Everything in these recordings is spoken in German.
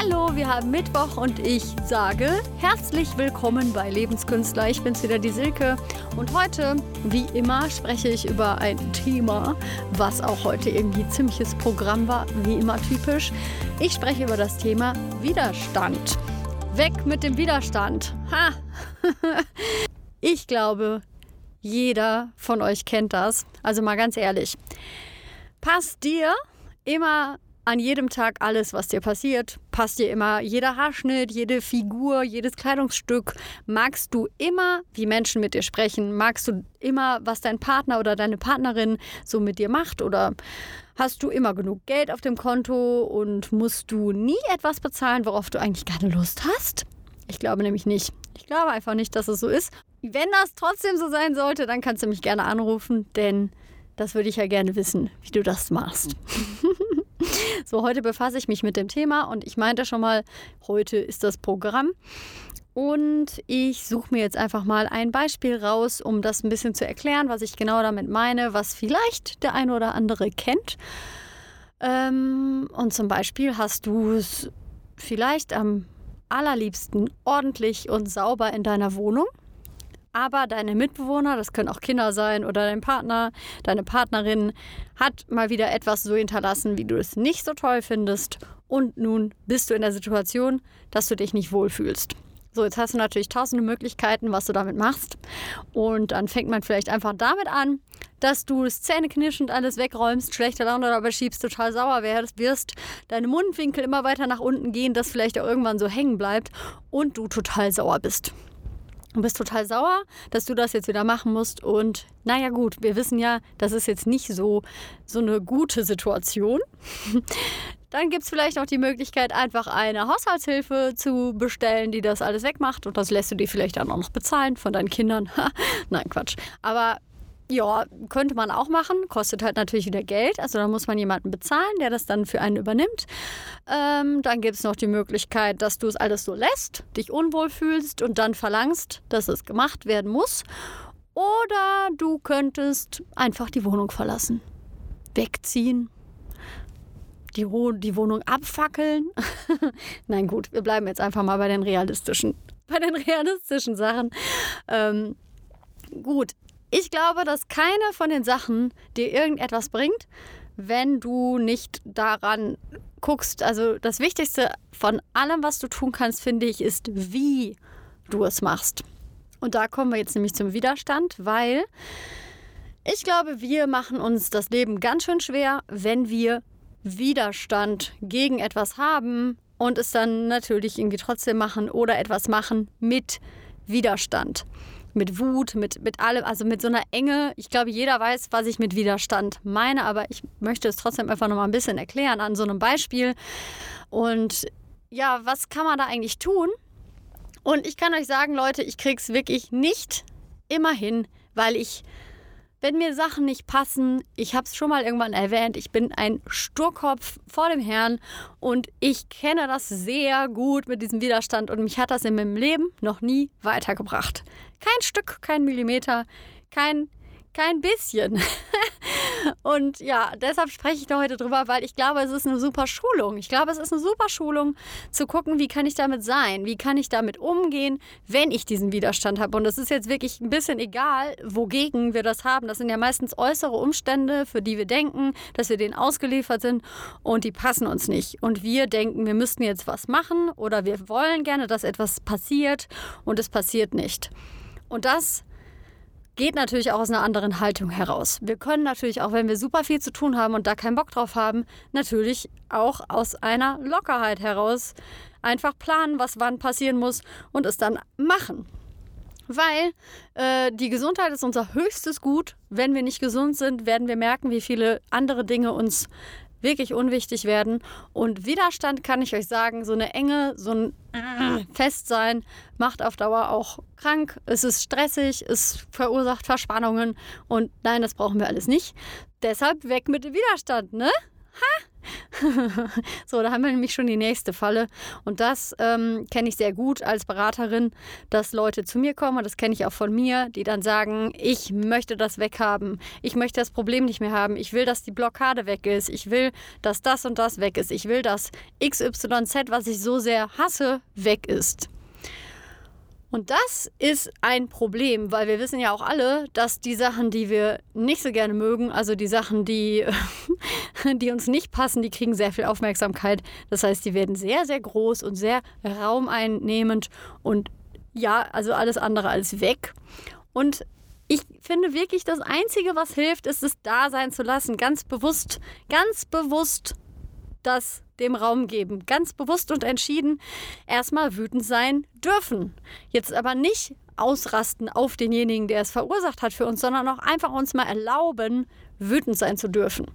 Hallo, wir haben Mittwoch und ich sage herzlich willkommen bei Lebenskünstler. Ich bin's wieder, die Silke. Und heute, wie immer, spreche ich über ein Thema, was auch heute irgendwie ziemliches Programm war, wie immer typisch. Ich spreche über das Thema Widerstand. Weg mit dem Widerstand. Ha! Ich glaube, jeder von euch kennt das. Also mal ganz ehrlich. Passt dir immer an jedem Tag alles, was dir passiert? Passt dir immer jeder Haarschnitt, jede Figur, jedes Kleidungsstück? Magst du immer, wie Menschen mit dir sprechen? Magst du immer, was dein Partner oder deine Partnerin so mit dir macht? Oder hast du immer genug Geld auf dem Konto und musst du nie etwas bezahlen, worauf du eigentlich keine Lust hast? Ich glaube nämlich nicht. Ich glaube einfach nicht, dass es so ist. Wenn das trotzdem so sein sollte, dann kannst du mich gerne anrufen, denn das würde ich ja gerne wissen, wie du das machst. So, heute befasse ich mich mit dem Thema und ich meinte schon mal, heute ist das Programm. Und ich suche mir jetzt einfach mal ein Beispiel raus, um das ein bisschen zu erklären, was ich genau damit meine, was vielleicht der eine oder andere kennt. Und zum Beispiel hast du es vielleicht am allerliebsten ordentlich und sauber in deiner Wohnung. Aber deine Mitbewohner, das können auch Kinder sein oder dein Partner, deine Partnerin, hat mal wieder etwas so hinterlassen, wie du es nicht so toll findest. Und nun bist du in der Situation, dass du dich nicht wohlfühlst. So, jetzt hast du natürlich tausende Möglichkeiten, was du damit machst. Und dann fängt man vielleicht einfach damit an, dass du das Zähneknirschend alles wegräumst, schlechte Laune dabei schiebst, total sauer wirst, deine Mundwinkel immer weiter nach unten gehen, dass vielleicht auch irgendwann so hängen bleibt und du total sauer bist. Du bist total sauer, dass du das jetzt wieder machen musst. Und naja gut, wir wissen ja, das ist jetzt nicht so eine gute Situation. Dann gibt es vielleicht noch die Möglichkeit, einfach eine Haushaltshilfe zu bestellen, die das alles wegmacht. Und das lässt du dir vielleicht dann auch noch bezahlen von deinen Kindern. Nein, Quatsch. Aber ja, könnte man auch machen. Kostet halt natürlich wieder Geld. Also da muss man jemanden bezahlen, der das dann für einen übernimmt. Dann gibt es noch die Möglichkeit, dass du es alles so lässt, dich unwohl fühlst und dann verlangst, dass es gemacht werden muss. Oder du könntest einfach die Wohnung verlassen, wegziehen, die Wohnung abfackeln. Nein, gut, wir bleiben jetzt einfach mal bei den realistischen Sachen. Gut. Ich glaube, dass keine von den Sachen dir irgendetwas bringt, wenn du nicht daran guckst. Also das Wichtigste von allem, was du tun kannst, finde ich, ist, wie du es machst. Und da kommen wir jetzt nämlich zum Widerstand, weil ich glaube, wir machen uns das Leben ganz schön schwer, wenn wir Widerstand gegen etwas haben und es dann natürlich irgendwie trotzdem machen oder etwas machen mit Widerstand. Mit Wut, mit allem, also mit so einer Enge. Ich glaube, jeder weiß, was ich mit Widerstand meine, aber ich möchte es trotzdem einfach noch mal ein bisschen erklären an so einem Beispiel. Und ja, was kann man da eigentlich tun? Und ich kann euch sagen, Leute, ich krieg's wirklich nicht immer hin, weil wenn mir Sachen nicht passen, ich habe es schon mal irgendwann erwähnt, ich bin ein Sturkopf vor dem Herrn und ich kenne das sehr gut mit diesem Widerstand und mich hat das in meinem Leben noch nie weitergebracht. Kein Stück, kein Millimeter, kein bisschen. Und ja, deshalb spreche ich da heute drüber, weil ich glaube, es ist eine super Schulung. Ich glaube, es ist eine super Schulung, zu gucken, wie kann ich damit sein? Wie kann ich damit umgehen, wenn ich diesen Widerstand habe? Und es ist jetzt wirklich ein bisschen egal, wogegen wir das haben. Das sind ja meistens äußere Umstände, für die wir denken, dass wir denen ausgeliefert sind und die passen uns nicht. Und wir denken, wir müssten jetzt was machen oder wir wollen gerne, dass etwas passiert und es passiert nicht. Und das geht natürlich auch aus einer anderen Haltung heraus. Wir können natürlich auch, wenn wir super viel zu tun haben und da keinen Bock drauf haben, natürlich auch aus einer Lockerheit heraus einfach planen, was wann passieren muss und es dann machen. Weil die Gesundheit ist unser höchstes Gut. Wenn wir nicht gesund sind, werden wir merken, wie viele andere Dinge uns wirklich unwichtig werden. Und Widerstand, kann ich euch sagen, so eine Enge, so ein Festsein macht auf Dauer auch krank. Es ist stressig, es verursacht Verspannungen und nein, das brauchen wir alles nicht. Deshalb weg mit dem Widerstand, ne? Ha! So, da haben wir nämlich schon die nächste Falle. Und das kenne ich sehr gut als Beraterin, dass Leute zu mir kommen, und das kenne ich auch von mir, die dann sagen, ich möchte das weghaben, ich möchte das Problem nicht mehr haben, ich will, dass die Blockade weg ist, ich will, dass das und das weg ist, ich will, dass XYZ, was ich so sehr hasse, weg ist. Und das ist ein Problem, weil wir wissen ja auch alle, dass die Sachen, die wir nicht so gerne mögen, also die Sachen, die uns nicht passen, die kriegen sehr viel Aufmerksamkeit. Das heißt, die werden sehr, sehr groß und sehr raumeinnehmend und ja, also alles andere als weg. Und ich finde wirklich, das Einzige, was hilft, ist es da sein zu lassen. Ganz bewusst das dem Raum geben. Ganz bewusst und entschieden erstmal wütend sein dürfen. Jetzt aber nicht ausrasten auf denjenigen, der es verursacht hat für uns, sondern auch einfach uns mal erlauben, wütend sein zu dürfen.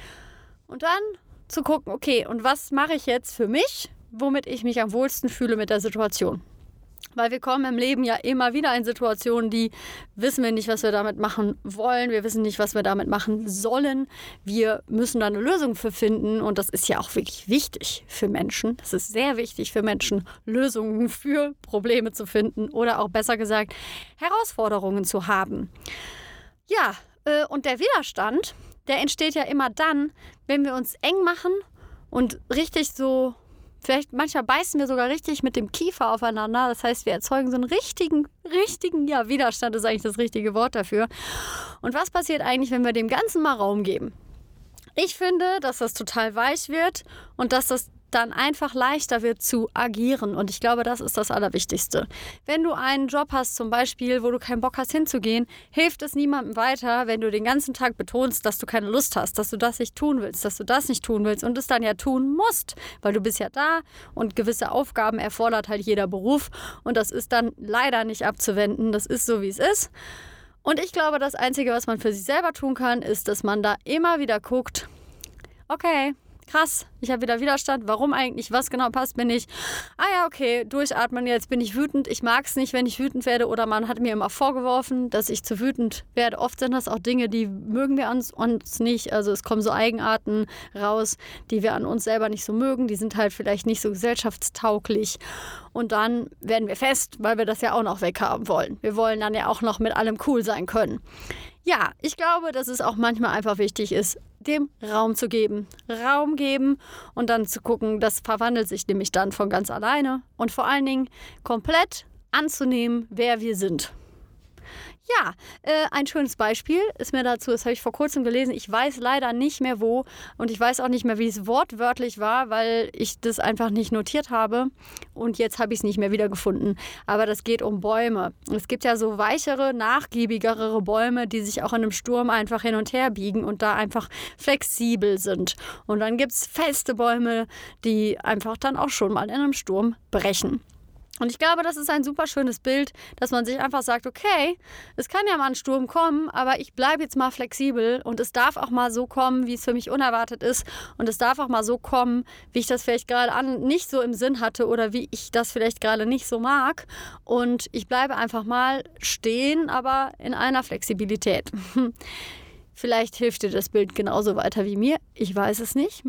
Und dann zu gucken, okay, und was mache ich jetzt für mich, womit ich mich am wohlsten fühle mit der Situation? Weil wir kommen im Leben ja immer wieder in Situationen, die wissen wir nicht, was wir damit machen wollen. Wir wissen nicht, was wir damit machen sollen. Wir müssen da eine Lösung für finden. Und das ist ja auch wirklich wichtig für Menschen. Das ist sehr wichtig für Menschen, Lösungen für Probleme zu finden oder auch besser gesagt, Herausforderungen zu haben. Ja, und der Widerstand, der entsteht ja immer dann, wenn wir uns eng machen und richtig so... Vielleicht manchmal beißen wir sogar richtig mit dem Kiefer aufeinander. Das heißt, wir erzeugen so einen richtigen, ja, Widerstand ist eigentlich das richtige Wort dafür. Und was passiert eigentlich, wenn wir dem Ganzen mal Raum geben? Ich finde, dass das total weich wird und dass das dann einfach leichter wird zu agieren. Und ich glaube, das ist das Allerwichtigste. Wenn du einen Job hast, zum Beispiel, wo du keinen Bock hast hinzugehen, hilft es niemandem weiter, wenn du den ganzen Tag betonst, dass du keine Lust hast, dass du das nicht tun willst, dass du das nicht tun willst und es dann ja tun musst, weil du bist ja da und gewisse Aufgaben erfordert halt jeder Beruf und das ist dann leider nicht abzuwenden. Das ist so, wie es ist. Und ich glaube, das Einzige, was man für sich selber tun kann, ist, dass man da immer wieder guckt, okay, krass, ich habe wieder Widerstand. Warum eigentlich? Was genau passt mir nicht? Ah ja, okay, durchatmen, jetzt bin ich wütend. Ich mag es nicht, wenn ich wütend werde. Oder man hat mir immer vorgeworfen, dass ich zu wütend werde. Oft sind das auch Dinge, die mögen wir uns nicht. Also es kommen so Eigenarten raus, die wir an uns selber nicht so mögen. Die sind halt vielleicht nicht so gesellschaftstauglich. Und dann werden wir fest, weil wir das ja auch noch weghaben wollen. Wir wollen dann ja auch noch mit allem cool sein können. Ja, ich glaube, dass es auch manchmal einfach wichtig ist, dem Raum zu geben. Raum geben und dann zu gucken, das verwandelt sich nämlich dann von ganz alleine. Und vor allen Dingen komplett anzunehmen, wer wir sind. Ja, ein schönes Beispiel ist mir dazu, das habe ich vor kurzem gelesen, ich weiß leider nicht mehr wo und ich weiß auch nicht mehr, wie es wortwörtlich war, weil ich das einfach nicht notiert habe und jetzt habe ich es nicht mehr wiedergefunden. Aber das geht um Bäume. Es gibt ja so weichere, nachgiebigere Bäume, die sich auch in einem Sturm einfach hin und her biegen und da einfach flexibel sind. Und dann gibt es feste Bäume, die einfach dann auch schon mal in einem Sturm brechen. Und ich glaube, das ist ein super schönes Bild, dass man sich einfach sagt, okay, es kann ja mal ein Sturm kommen, aber ich bleibe jetzt mal flexibel und es darf auch mal so kommen, wie es für mich unerwartet ist und es darf auch mal so kommen, wie ich das vielleicht gerade nicht so im Sinn hatte oder wie ich das vielleicht gerade nicht so mag und ich bleibe einfach mal stehen, aber in einer Flexibilität. Vielleicht hilft dir das Bild genauso weiter wie mir, ich weiß es nicht.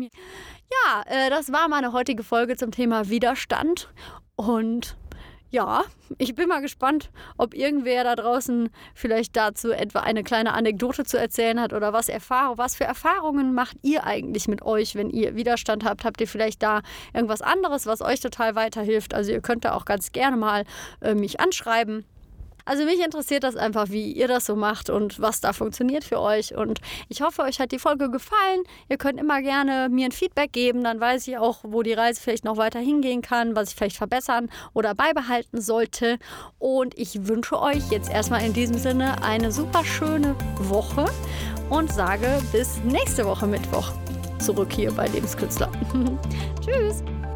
Ja, das war meine heutige Folge zum Thema Widerstand und ja, ich bin mal gespannt, ob irgendwer da draußen vielleicht dazu etwa eine kleine Anekdote zu erzählen hat oder was für Erfahrungen macht ihr eigentlich mit euch, wenn ihr Widerstand habt? Habt ihr vielleicht da irgendwas anderes, was euch total weiterhilft? Also ihr könnt da auch ganz gerne mal mich anschreiben. Also mich interessiert das einfach, wie ihr das so macht und was da funktioniert für euch. Und ich hoffe, euch hat die Folge gefallen. Ihr könnt immer gerne mir ein Feedback geben. Dann weiß ich auch, wo die Reise vielleicht noch weiter hingehen kann, was ich vielleicht verbessern oder beibehalten sollte. Und ich wünsche euch jetzt erstmal in diesem Sinne eine super schöne Woche und sage bis nächste Woche Mittwoch zurück hier bei Lebenskünstler. Tschüss!